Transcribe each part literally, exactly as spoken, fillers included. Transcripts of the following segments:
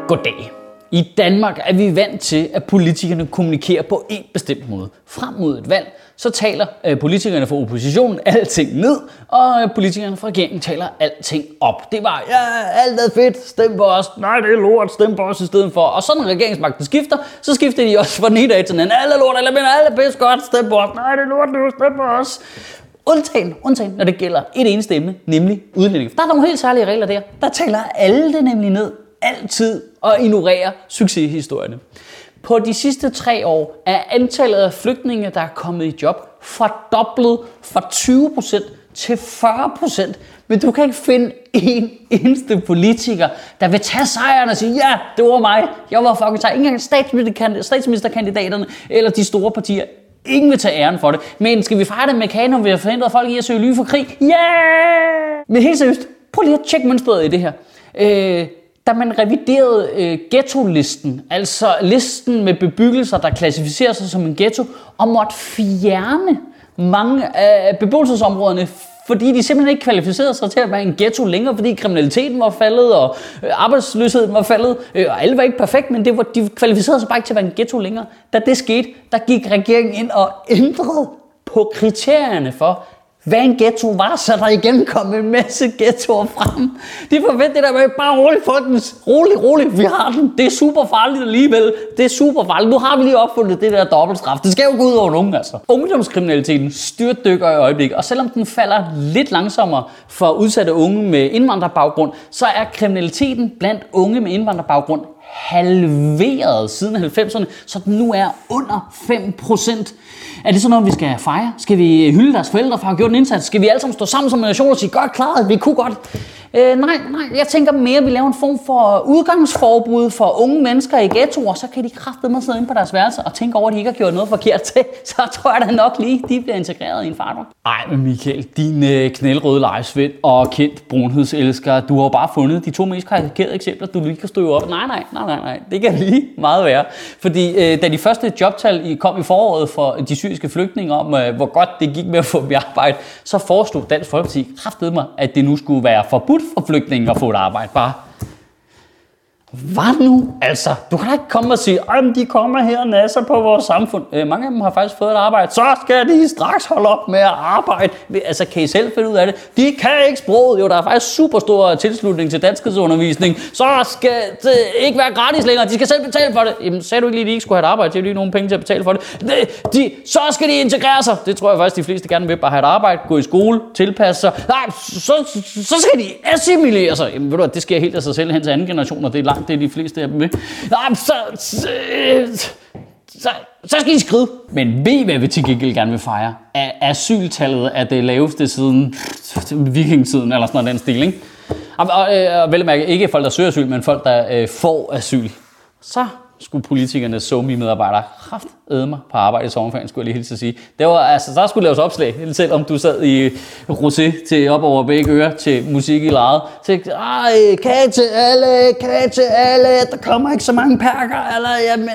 Goddag. I Danmark er vi vant til, at politikerne kommunikerer på en bestemt måde. Frem mod et valg, så taler øh, politikerne fra oppositionen alting ned, og øh, politikerne fra regeringen taler alting op. Det var, ja, alt er fedt, stem på os. Nej, det er lort, stem på os i stedet for. Og så når regeringsmagten skifter, så skifter de også fra den ene dag til den anden. Alt er lort, eller mener, alt er pisse godt, stem på os. Nej, det er lort nu, stem på os. Undtagen, undtagen, når det gælder et eneste emne, nemlig udlændinge. Der er nogle helt særlige regler der. Der taler alle det nemlig ned. Altid og ignorere succeshistorierne. På de sidste tre år er antallet af flygtninge, der er kommet i job, fordoblet fra tyve procent til fyrre procent. Men du kan ikke finde en eneste politiker, der vil tage sejren og sige, ja, det var mig, jeg var fucking sejr. Ingen engang statsministerkandidaterne eller de store partier. Ingen vil tage æren for det. Men skal vi fejre det med kage, når vi har forhindret folk i at søge ly for krig? Ja! Yeah! Men helt seriøst, prøv lige at tjekke mønstret i det her. Øh, Da man reviderede øh, ghetto-listen, altså listen med bebyggelser, der klassificerer sig som en ghetto, og måtte fjerne mange af beboelsesområderne, fordi de simpelthen ikke kvalificerede sig til at være en ghetto længere, fordi kriminaliteten var faldet, og øh, arbejdsløsheden var faldet, øh, og alle var ikke perfekt, men det var, de kvalificerede sig bare ikke til at være en ghetto længere. Da det skete, der gik regeringen ind og ændrede på kriterierne for, hvad en ghetto var, så der igen kom en masse ghettoer frem. De forventer det der med, bare roligt folkens, roligt, roligt, vi har den. Det er super farligt alligevel. Det er super farligt. Nu har vi lige opfundet det der dobbeltstraf. Det skal jo gå ud over nogen, altså. Ungdomskriminaliteten styrtdykker i øjeblikket, og selvom den falder lidt langsommere for udsatte unge med indvandrerbaggrund, så er kriminaliteten blandt unge med indvandrerbaggrund halveret siden halvfemserne, så den nu er under fem procent. Er det sådan noget, vi skal fejre? Skal vi hylde deres forældre for at have gjort en indsats? Skal vi alle sammen stå sammen som en nation og sige, godt klaret, vi kunne godt? Øh, nej, nej, jeg tænker mere, at vi laver en form for udgangsforbud for unge mennesker i ghettoer, så kan de kraftedeme sidde inde på deres værelse og tænke over, at de ikke har gjort noget forkert til. Så tror jeg da nok lige, de bliver integreret i en fartøj. Ej, men Michael, din øh, knaldrøde lejesvend og kendt brunhedselsker, du har jo bare fundet de to mest karikerede eksempler, du lige kan støve op. Nej, nej, nej, nej, nej, det kan lige meget være. Fordi øh, da de første jobtal kom i foråret for de syriske flygtninge om, øh, hvor godt det gik med at få dem i arbejde, så foreslog Dansk Folkeparti kraftedeme, at det nu skulle være forbudt for flygtninge at få et arbejde. Bare, hvad nu? Altså, du kan da ikke komme og sige, at de kommer her og nasser på vores samfund. Øh, mange af dem har faktisk fået et arbejde. Så skal de straks holde op med at arbejde. Altså, kan I selv finde ud af det? De kan ikke sproget. Jo, der er faktisk super stor tilslutning til danskhedsundervisning. Så skal det ikke være gratis længere. De skal selv betale for det. Jamen, sagde du ikke lige, at de ikke skulle have et arbejde? De har jo lige nogen penge til at betale for det. De, de, så skal de integrere sig. Det tror jeg faktisk, de fleste gerne vil. Bare have et arbejde, gå i skole, tilpasse sig. Nej, så, så skal de assimilere sig. Jamen, ved du hvad, det sker helt af sig selv hen til anden generation, og det er langt. Det er de fleste af dem med. Nej, så, så, så, så skal I skride. Men ved I, hvad vi til gengæld gerne vil fejre? At asyltallet er det laveste siden vikingetiden, eller sådan noget den stil, ikke? Og, og, og vel at mærke, ikke folk, der søger asyl, men folk, der øh, får asyl. Så skulle politikernes somi-medarbejdere kraftedme på arbejde i sommerferien, skulle jeg lige hilse at sige. Det var, altså, der skulle laves opslag, selv om du sad i rosé til op over begge ører til musik i lejet. Så ej, kage til alle, kage til alle, der kommer ikke så mange perker, eller jamen,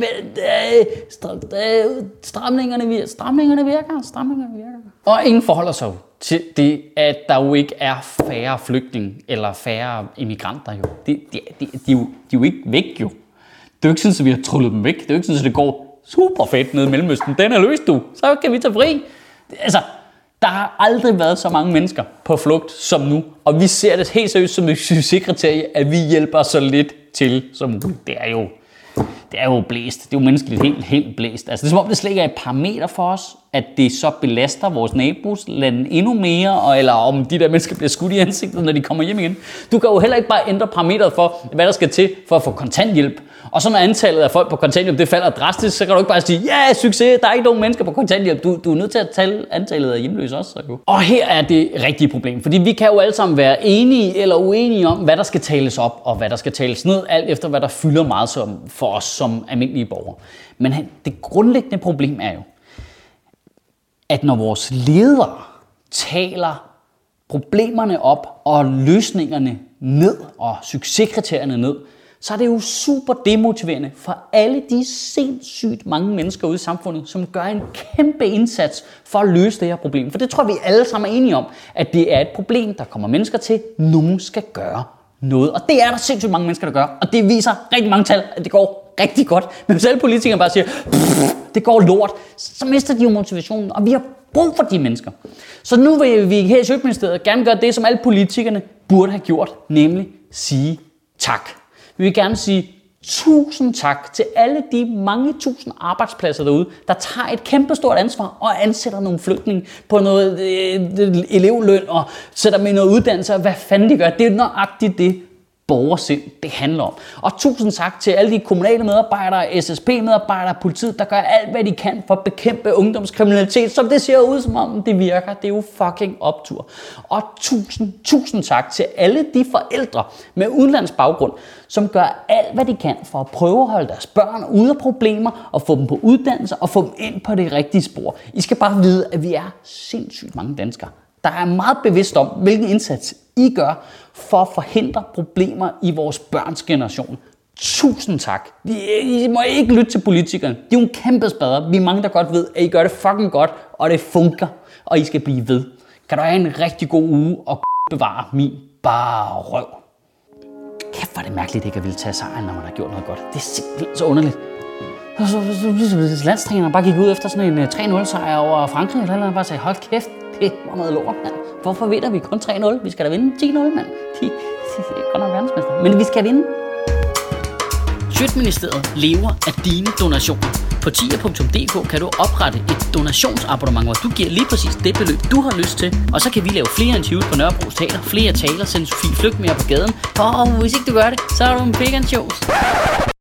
stramningerne virker, stramningerne virker, stramningerne virker. Og ingen forholder sig til det, at der jo ikke er færre flygtninge eller færre immigranter jo. De, de, de, de, de, de er jo ikke væk jo. Det er jo ikke sådan, at vi har trullet dem væk. Det er jo ikke sådan, at det går super fedt nede i Mellemøsten. Den er løst, du. Så kan vi tage fri. Altså, der har aldrig været så mange mennesker på flugt som nu. Og vi ser det helt seriøst som et succeskriterie, at vi hjælper så lidt til som muligt. Det er jo, det er jo blæst. Det er jo menneskeligt helt, helt blæst. Altså, det er som om, det slet ikke er et parameter for os, at det så belaster vores naboslande endnu mere, og, eller om de der mennesker bliver skudt i ansigtet, når de kommer hjem igen. Du kan jo heller ikke bare ændre parameteret for, hvad der skal til for at få kontanthjælp. Og så når antallet af folk på kontanthjælp det falder drastisk, så kan du ikke bare sige, ja, yeah, succes, der er ikke nogen mennesker på kontanthjælp. Du, du er nødt til at tælle antallet af hjemløse også. Så jo. Og her er det rigtige problem, fordi vi kan jo alle sammen være enige eller uenige om, hvad der skal tales op, og hvad der skal tales ned, alt efter hvad der fylder meget som, for os som almindelige borgere. Men det grundlæggende problem er jo, at når vores ledere taler problemerne op og løsningerne ned og succeskriterierne ned, så er det jo super demotiverende for alle de sindssygt mange mennesker ude i samfundet, som gør en kæmpe indsats for at løse det her problem. For det tror vi alle sammen er enige om, at det er et problem, der kommer mennesker til, nogen skal gøre noget. Og det er der sindssygt mange mennesker, der gør. Og det viser rigtig mange tal, at det går rigtig godt. Men hvis alle politikere bare siger, det går lort, så mister de jo motivationen. Og vi har brug for de mennesker. Så nu vil vi her i Sjøtministeriet gerne gøre det, som alle politikerne burde have gjort. Nemlig sige tak. Vi vil gerne sige tusind tak til alle de mange tusind arbejdspladser derude, der tager et kæmpestort ansvar og ansætter nogle flygtninge på noget øh, elevløn og sætter dem i noget uddannelse, og hvad fanden de gør. Det er nøjagtigt det, borgersind, det handler om. Og tusind tak til alle de kommunale medarbejdere, S S P-medarbejdere, politiet, der gør alt, hvad de kan for at bekæmpe ungdomskriminalitet, som det ser ud som om det virker. Det er jo fucking optur. Og tusind, tusind tak til alle de forældre med udenlandsk baggrund, som gør alt, hvad de kan for at prøve at holde deres børn ude af problemer og få dem på uddannelse og få dem ind på det rigtige spor. I skal bare vide, at vi er sindssygt mange danskere, der er meget bevidst om, hvilken indsats I gør for at forhindre problemer i vores børns generation. Tusind tak. I må ikke lytte til politikerne. De er jo en kæmpe spader. Vi er mange, der godt ved, at I gør det fucking godt, og det funker, og I skal blive ved. Kan du have en rigtig god uge og bevare min bare røv. Kæft, hvor er det mærkeligt, ikke at ville tage sejren, når man har gjort noget godt. Det er simpelthen så underligt. Hvis landstræneren bare gik ud efter sådan en tre nul sejr over Frankrig, eller andet, bare sagde, hold kæft, det var noget lort, mand. Hvorfor vinder vi kun tre nul? Vi skal da vinde ti nul, mand. De, de, de er godt nok verdensmester. Men vi skal vinde. Sjøtministeriet lever af dine donationer. På tier punktum d k kan du oprette et donationsabonnement, hvor du giver lige præcis det beløb, du har lyst til. Og så kan vi lave flere interviews på Nørrebro Teater, flere taler, sende Sofie Flygt mere på gaden. Og hvis ikke du gør det, så er du en vegan shows.